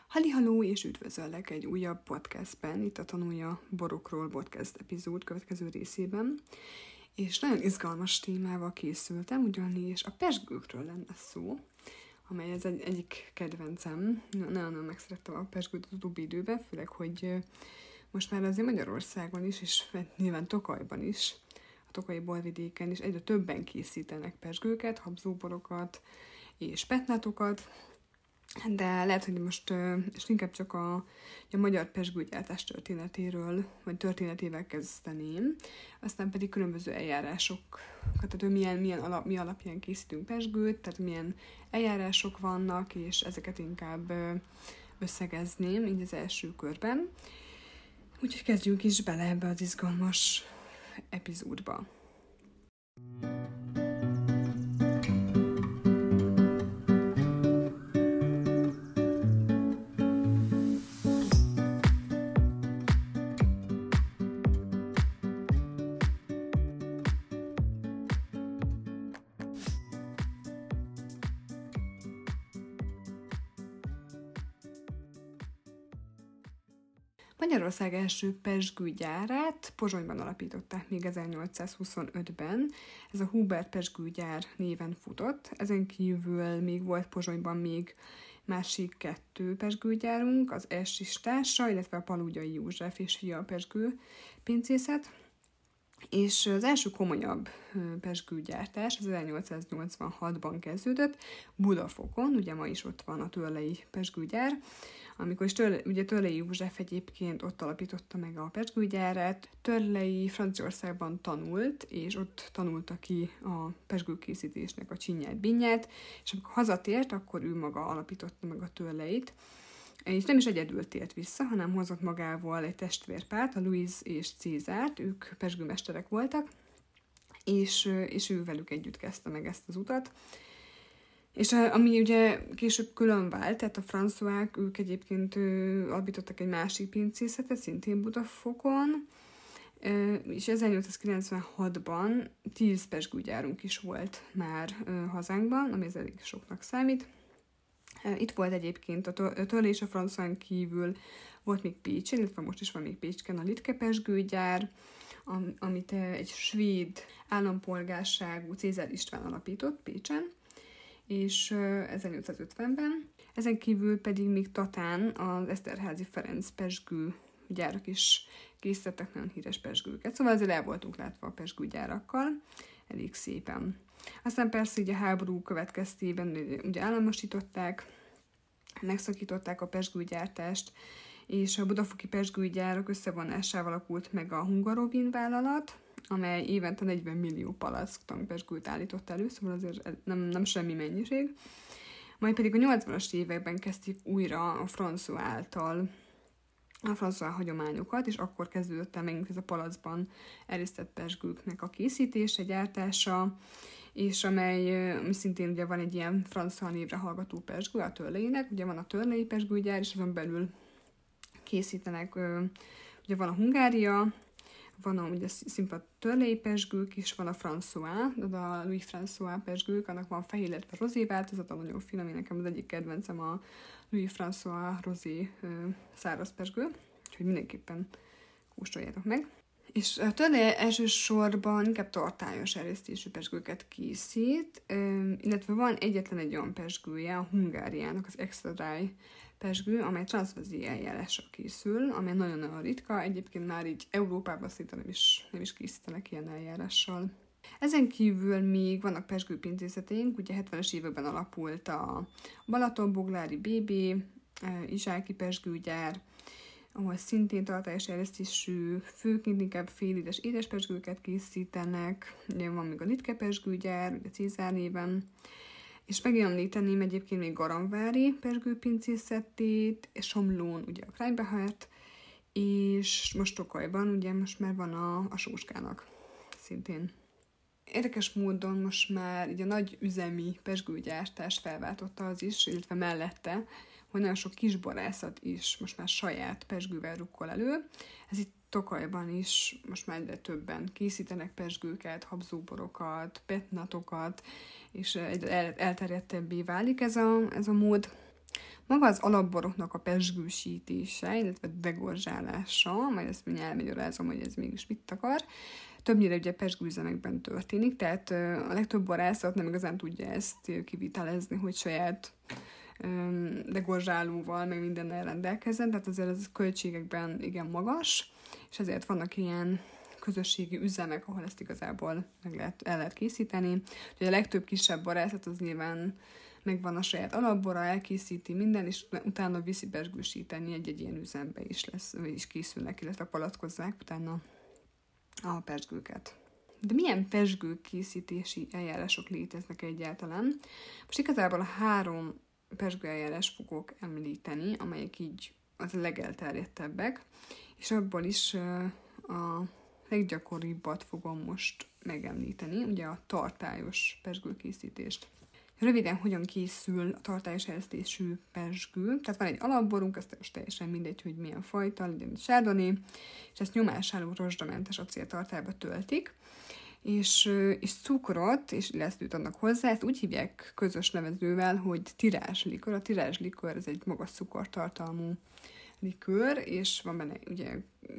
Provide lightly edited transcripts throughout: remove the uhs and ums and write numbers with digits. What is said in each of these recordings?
Hallihalló, és üdvözöllek egy újabb podcastben, itt a Tanulja Borokról podcast epizód következő részében. És nagyon izgalmas témával készültem, ugyanis a pezsgőkről lenne szó, amely ez egyik kedvencem. Nagyon-nagyon megszerettem a pezsgőt az utóbbi időben, főleg, hogy most már azért Magyarországon is, és nyilván Tokajban is, a tokaji borvidéken is egyre többen készítenek pezsgőket, habzóborokat és petnátokat, de lehet, hogy most és inkább csak a magyar pezsgőgyártás történetéről, vagy történetével kezdeném, aztán pedig különböző eljárásokat, tehát mi alapján készítünk pezsgőt, tehát milyen eljárások vannak, és ezeket inkább összegezném így az első körben. Úgyhogy kezdjünk is bele ebbe az izgalmas epizódba. Magyarország első pezsgőgyárát Pozsonyban alapították még 1825-ben. Ez a Hubert pezsgőgyár néven futott. Ezen kívül még volt Pozsonyban még másik 2 pezsgőgyárunk, az S. Istársa, illetve a Palugyai József és fia pezsgő pincészet. És az első komolyabb pezsgőgyártás az 1886-ban kezdődött, Budafokon, ugye ma is ott van a Törlei pezsgőgyár, amikor is Törlei József egyébként ott alapította meg a pezsgőgyárát. Törlei Franciaországban tanult, és ott tanulta ki a pezsgőkészítésnek a csinyát, binyát, és amikor hazatért, akkor ő maga alapította meg a Törleit. És nem is egyedül tért vissza, hanem hozott magával egy testvérpárt, a Louis és Cézárt, ők pezsgőmesterek voltak, és ő velük együtt kezdte meg ezt az utat. És ami ugye később külön vált, tehát a Françoisák, ők egyébként alapítottak egy másik pincészetet, szintén Budafokon, és 1896-ban 10 pezsgőgyárunk is volt már hazánkban, ami ez elég soknak számít. Itt volt egyébként a Törlei és a Françoisán kívül volt még Pécsen, illetve most is van még Pécsken a Littke pezsgőgyár, amit egy svéd állampolgárságú Cézár István alapított Pécsen, és 1850-ben. Ezen kívül pedig még Tatán az Eszterházy Ferenc pezsgőgyárak is készítettek nagyon híres pezsgőket, szóval azért el voltunk látva a pezsgőgyárakkal elég szépen. Aztán persze így a háború következtében ugye államosították, megszakították a pezsgőgyártást, és a budafoki pezsgőgyárak összevonásával alakult meg a Hungarovín vállalat, amely évente 40 millió palack tankpezsgőt állított elő, szóval azért nem semmi mennyiség. Majd pedig a 80-as években kezdték újra a François által a François hagyományokat, és akkor kezdődött el megint ez a palackban erisztett pezsgőknek a készítése, gyártása, és ami szintén ugye van egy ilyen François névre hallgató pezsgő, a Törleinek, ugye van a Törlei pezsgőgyár, és azon belül készítenek, ugye van a Hungária, van ugye szimpla Törlei pezsgők is, van a François, a Louis François pezsgők, annak van fehér, illetve rozé változata, nagyon finom, én nekem az egyik kedvencem a Louis François rozé száraz pezsgő, úgyhogy mindenképpen kóstoljátok meg. És a Törlei elsősorban inkább tartályos eresztésű pezsgőket készít, illetve van egyetlen egy olyan pezsgője, a Hungáriának az extra dry pezsgő, amely transzvazi eljárással készül, amely nagyon-nagyon ritka, egyébként már így Európában szinte nem is készítenek ilyen eljárással. Ezen kívül még vannak pezsgőpincészeteink, ugye 70-es években alapult a Balatonboglári BB, Izsáki pezsgőgyár, ahol szintén tartályos eresztésű, főként inkább félides édes pezsgőket készítenek, ugye van még a Littke pezsgőgyár, ugye Cézár néven, és megemlíteném egyébként még Garamvári pezsgőpincészetét, és Somlón ugye a Krajbehert, és most Tokajban ugye most már van a Sóskának szintén. Érdekes módon most már így a nagy üzemi pezsgőgyártás felváltotta az is, illetve mellette, hogy nagyon sok kisborászat is most már saját pezsgővel rukkol elő. Ez itt Tokajban is most már egyre többen készítenek pezsgőket, habzóborokat, petnatokat, és egyre elterjedtebbé válik ez a mód. Maga az alapboroknak a pezsgősítése, illetve degorzsálása, majd ezt mindjárt elmagyarázom, hogy ez mégis mit akar, többnyire ugye pezsgőüzemekben történik, tehát a legtöbb borászat nem igazán tudja ezt kivitelezni, hogy saját degorzsálóval, meg mindennel rendelkezzen, tehát azért ez költségekben igen magas, és ezért vannak ilyen közösségi üzemek, ahol ezt igazából el lehet készíteni. Ugye a legtöbb kisebb borászat az nyilván megvan a saját alapbora, elkészíti minden, és utána viszi pezsgősíteni egy ilyen üzembe is készülnek, illetve palackozzák utána a pezsgőket. De milyen pezsgőkészítési eljárások léteznek egyáltalán? Most igazából 3 pezsgőeljárás fogok említeni, amelyek így az legelterjedtebbek, és abból is a leggyakoribbat fogom most megemlíteni, ugye a tartályos pezsgőkészítést. Röviden, hogyan készül a tartályos eresztésű pezsgő. Tehát van egy alapborunk, azt most teljesen mindegy, hogy milyen fajta, legyen chardonnay, és ezt nyomásálló rozsdamentes acéltartályba töltik, és cukrot és illetőt adnak hozzá, ezt úgy hívják közös nevezővel, hogy tirázslikör. A tirázslikör ez egy magas cukortartalmú likőr, és van benne ugye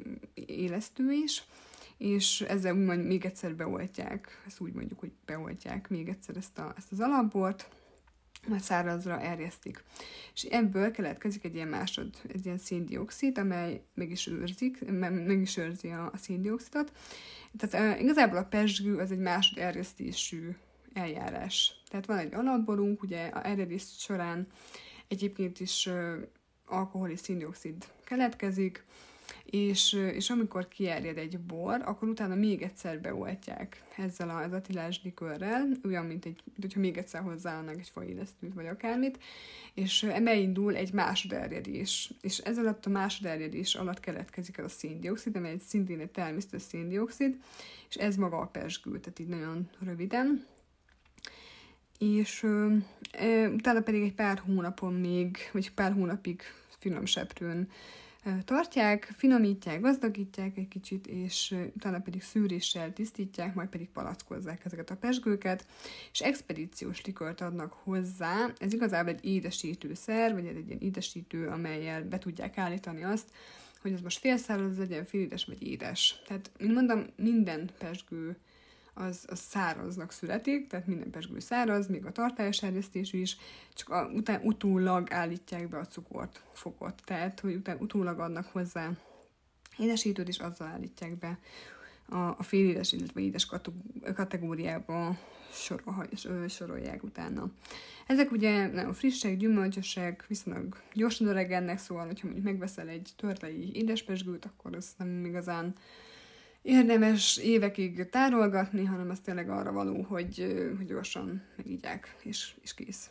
élesztő is, és ezzel úgymond még egyszer beoltják, ezt úgy mondjuk, hogy beoltják még egyszer ezt az alapbort, majd szárazra erjesztik. És ebből keletkezik egy ilyen széndioxid, amely meg is őrzi a széndioxidot. Tehát igazából a pezsgő az egy másoderjesztésű eljárás. Tehát van egy alapborunk, ugye a erjedés során egyébként is alkohol és széndioxid keletkezik, és amikor kierjed egy bor, akkor utána még egyszer beoltják ezzel a tilázslikőrrel, olyan, mint hogyha még egyszer hozzáadnak egy faélesztőt, vagy akármit, és beindul egy másoderjedés. És ez alatt a másoderjedés alatt keletkezik el a széndioxid, amely szintén egy természetes széndioxid, és ez maga a pezsgő, tehát így nagyon röviden. És utána pedig egy pár hónapig finom seprőn tartják, finomítják, gazdagítják egy kicsit, és utána pedig szűréssel tisztítják, majd pedig palackozzák ezeket a pezsgőket, és expedíciós likört adnak hozzá. Ez igazából egy édesítőszer, vagy egy ilyen édesítő, amellyel be tudják állítani azt, hogy ez most félszáraz legyen, félédes vagy édes. Tehát, mint mondom, minden pezsgő az száraznak születik, tehát minden pezsgő száraz, még a tartályos erjesztésű is, csak utólag állítják be a cukort, fokot, tehát hogy utólag adnak hozzá édesítőt, és azzal állítják be a félédes, illetve édes kategóriába sorolják utána. Ezek ugye nagyon frissek, gyümölcsösek, viszonylag gyorsan öregennek, szóval, hogyha mondjuk megveszel egy törlei édespezsgőt, akkor ez nem igazán érdemes évekig tárolgatni, hanem ez tényleg arra való, hogy gyorsan megígyák, és kész.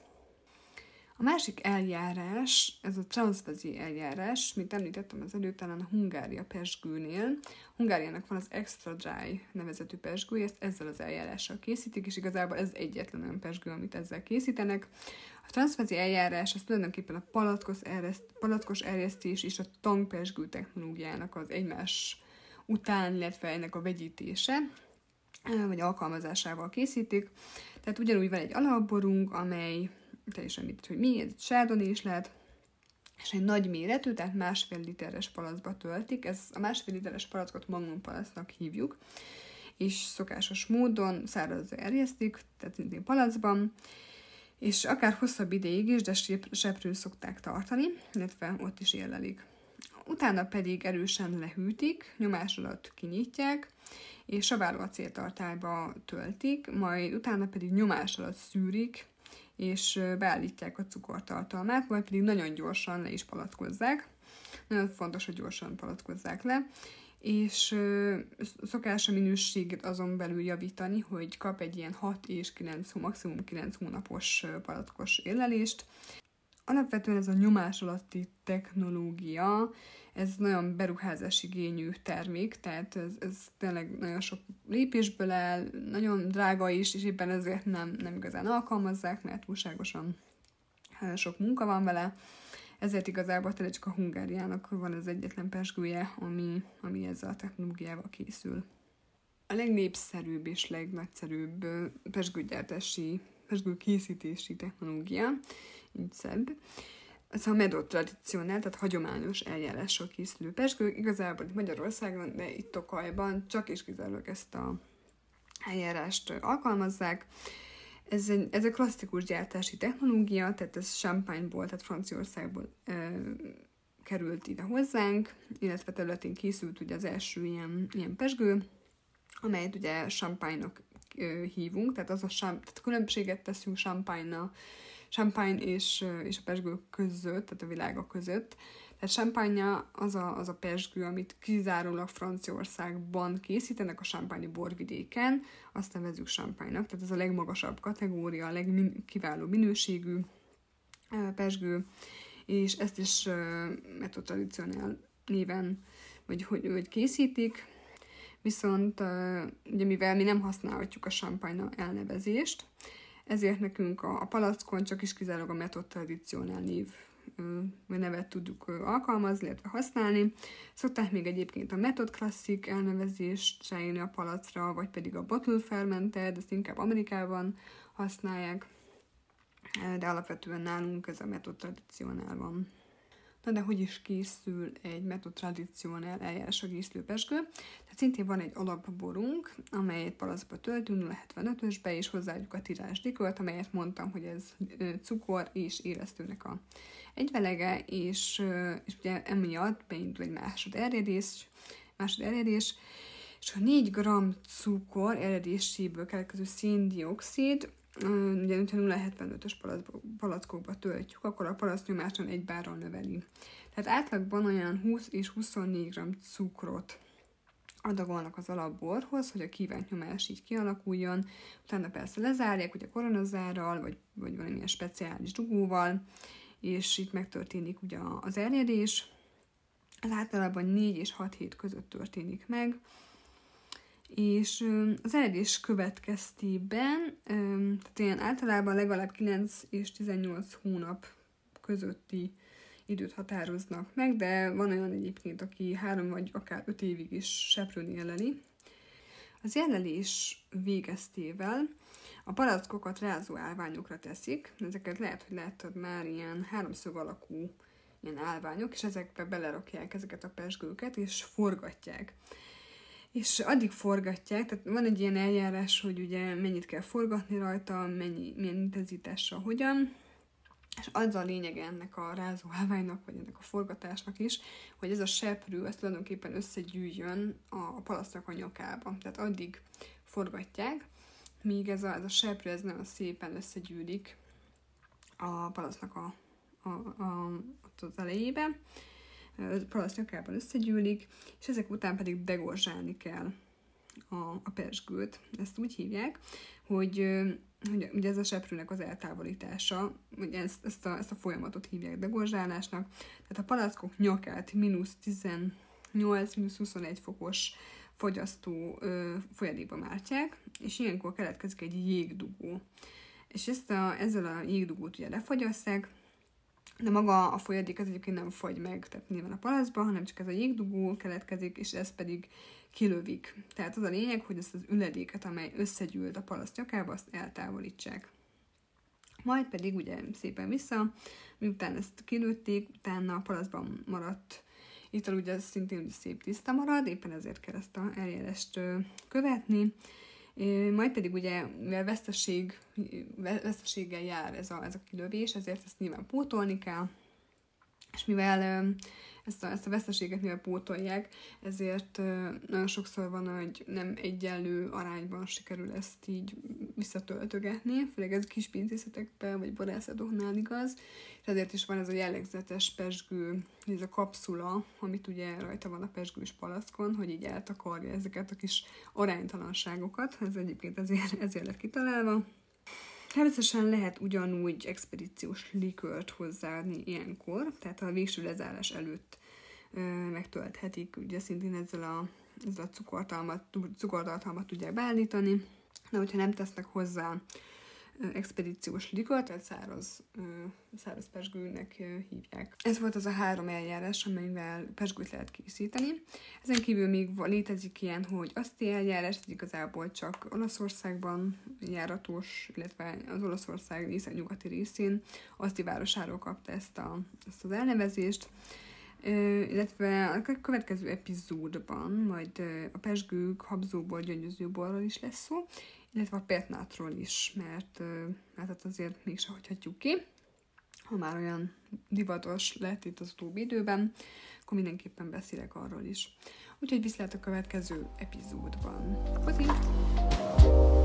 A másik eljárás, ez a transvazi eljárás, mint említettem az előtt, talán a Hungária pezsgőnél. Hungáriának van az extra dry nevezetű pezsgő, ezt ezzel az eljárással készítik, és igazából ez egyetlen olyan pezsgő, amit ezzel készítenek. A transvazi eljárás az tulajdonképpen a palackos erjesztés és a tangpezsgő technológiának az egymás után, illetve ennek a vegyítése, vagy alkalmazásával készítik. Tehát ugyanúgy van egy alapborunk, amely teljesen mindegy, hogy mi, ez chardonnay is lehet, és egy nagy méretű, tehát 1,5 literes palacba töltik. Ez a 1,5 literes palackot magnum palacnak hívjuk, és szokásos módon szárazra erjesztik, tehát szintén palacban, és akár hosszabb ideig is, de seprőn szokták tartani, illetve ott is érlelik. Utána pedig erősen lehűtik, nyomás alatt kinyitják, és saváló acéltartályba töltik, majd utána pedig nyomás alatt szűrik, és beállítják a cukortartalmát, majd pedig nagyon gyorsan le is palackozzák. Nagyon fontos, hogy gyorsan palackozzák le, és szokás a minőséget azon belül javítani, hogy kap egy ilyen 6 és 9, maximum 9 hónapos palackos érlelést. Alapvetően ez a nyomás alatti technológia, ez nagyon beruházásigényű termék, tehát ez tényleg nagyon sok lépésből áll, nagyon drága is, és éppen ezért nem igazán alkalmazzák, mert túlságosan sok munka van vele. Ezért igazából tényleg csak a Hungáriának van az egyetlen pezsgője, ami ezzel a technológiával készül. A legnépszerűbb és legnagyszerűbb pezsgőkészítési technológia, így szebb. ez a Méthode Traditionnelle, tehát hagyományos eljárással készülő pezsgők. Igazából Magyarországon, de itt Tokajban csak és kizárólag ezt a eljárást alkalmazzák. Ez egy klasszikus gyártási technológia, tehát ez Champagne-ból, tehát Franciaországból került ide hozzánk, illetve területén készült ugye az első ilyen pezsgő, amelyet ugye Champagne-nak hívunk, tehát tehát különbséget teszünk Champagne és a pezsgő között, tehát a világa között. Tehát Champagne az a pezsgő, amit kizárólag Franciaországban készítenek a Champagne borvidéken, azt nevezzük Champagne-nak, tehát ez a legmagasabb kategória, a legkiváló minőségű pezsgő, és ezt is Méthode Traditionnelle néven vagy készítik, viszont ugye mivel mi nem használhatjuk a Champagne elnevezést, ezért nekünk a palackon csak is kizárólag a Méthode Traditionnelle nevet tudjuk alkalmazni, illetve használni. Szokták még egyébként a Méthode Classique elnevezést ráírni a palacra, vagy pedig a Bottle Fermented, ezt inkább Amerikában használják, de alapvetően nálunk ez a Méthode Traditionnelle van. Na de hogy is készül egy Méthode Traditionnelle eljárásra készülő pezsgő? Tehát szintén van egy alapborunk, amelyet palacba töltünk 0,75-ösbe, és hozzáadjuk a tirázslikört, amelyet mondtam, hogy ez cukor és élesztőnek a egyvelege, és ugye emiatt beindul egy másoderjedés, és a 4 g cukor eredéséből keletkező széndioxid, ugye, hogyha 0,75-ös palackokba töltjük, akkor a palack nyomáson 1 bárral növeli. Tehát átlagban olyan 20 és 24 g cukrot adagolnak az alapborhoz, hogy a kívánt nyomás így kialakuljon. Utána persze lezárják, ugye koronazárral, vagy valamilyen speciális dugóval, és itt megtörténik ugye az erjedés. Ez általában 4 és 6 hét között történik meg, és az eredés következtében, tehát ilyen általában legalább 9 és 18 hónap közötti időt határoznak meg, de van olyan egyébként, aki 3 vagy akár 5 évig is seprőn érleli. Az érlelés végeztével a palackokat rázó állványokra teszik, ezeket lehet, hogy láttad már, ilyen háromszög alakú ilyen állványok, és ezekbe belerakják ezeket a pezsgőket, és forgatják. És addig forgatják, tehát van egy ilyen eljárás, hogy ugye mennyit kell forgatni rajta, milyen intenzitással, hogyan, és az a lényege ennek a rázó állványnak, vagy ennek a forgatásnak is, hogy ez a seprő, ez tulajdonképpen összegyűjjön a palasztnak a nyakába. Tehát addig forgatják, míg ez a seprő, ez nagyon szépen összegyűlik a palasztnak ott az elejébe, a palasz nyakában összegyűlik, és ezek után pedig degorzsálni kell a pezsgőt. Ezt úgy hívják, hogy ugye ez a seprőnek az eltávolítása, hogy ezt a folyamatot hívják degorzsálásnak. Tehát a palackok nyakát -18-21 fokos fogyasztó folyadékba mártják, és ilyenkor keletkezik egy jégdugó. És ezzel a jégdugót ugye lefagyasszák, de maga a folyadék az egyébként nem fagy meg, tehát nyilván a palackban, hanem csak ez a jégdugó keletkezik, és ez pedig kilövik. Tehát az a lényeg, hogy ezt az üledéket, amely összegyűlt a palack nyakába, azt eltávolítsák. Majd pedig ugye szépen vissza, miután ezt kilőtték, utána a palackban maradt ital ugye szintén szép tiszta marad, éppen ezért kell ezt a eljárást követni. Majd pedig ugye, mivel veszteséggel jár ez a kilövés, ezért ezt nyilván pótolni kell, és mivel ezt a veszteséget mivel pótolják, ezért nagyon sokszor van, hogy nem egyenlő arányban sikerül ezt így visszatöltögetni, főleg ez kis pincészetekben vagy borászatoknál igaz, és ezért is van ez a jellegzetes pezsgő, ez a kapszula, amit ugye rajta van a pezsgős palackon, hogy így eltakarja ezeket a kis aránytalanságokat, ez egyébként ezért lett kitalálva. Természetesen lehet ugyanúgy expedíciós likőrt hozzáadni ilyenkor, tehát a végső lezárás előtt megtölthetik, ugye szintén ezzel a cukortartalmat tudják beállítani, de hogyha nem tesznek hozzá expedíciós likör, tehát száraz pezsgőnek hívják. Ez volt az a 3 eljárás, amelyvel pezsgőt lehet készíteni. Ezen kívül még létezik ilyen, hogy aszti eljárás, ez igazából csak Olaszországban járatos, illetve az Olaszország északnyugati részén aszti városáról kapta ezt az elnevezést. Illetve a következő epizódban majd a pezsgők, habzóból, gyöngyözőborról is lesz szó, illetve a petnátról is, mert hát azért mégse hagyhatjuk ki. Ha már olyan divatos lett itt az utóbbi időben, akkor mindenképpen beszélek arról is. Úgyhogy viszlát a következő epizódban. Köszi!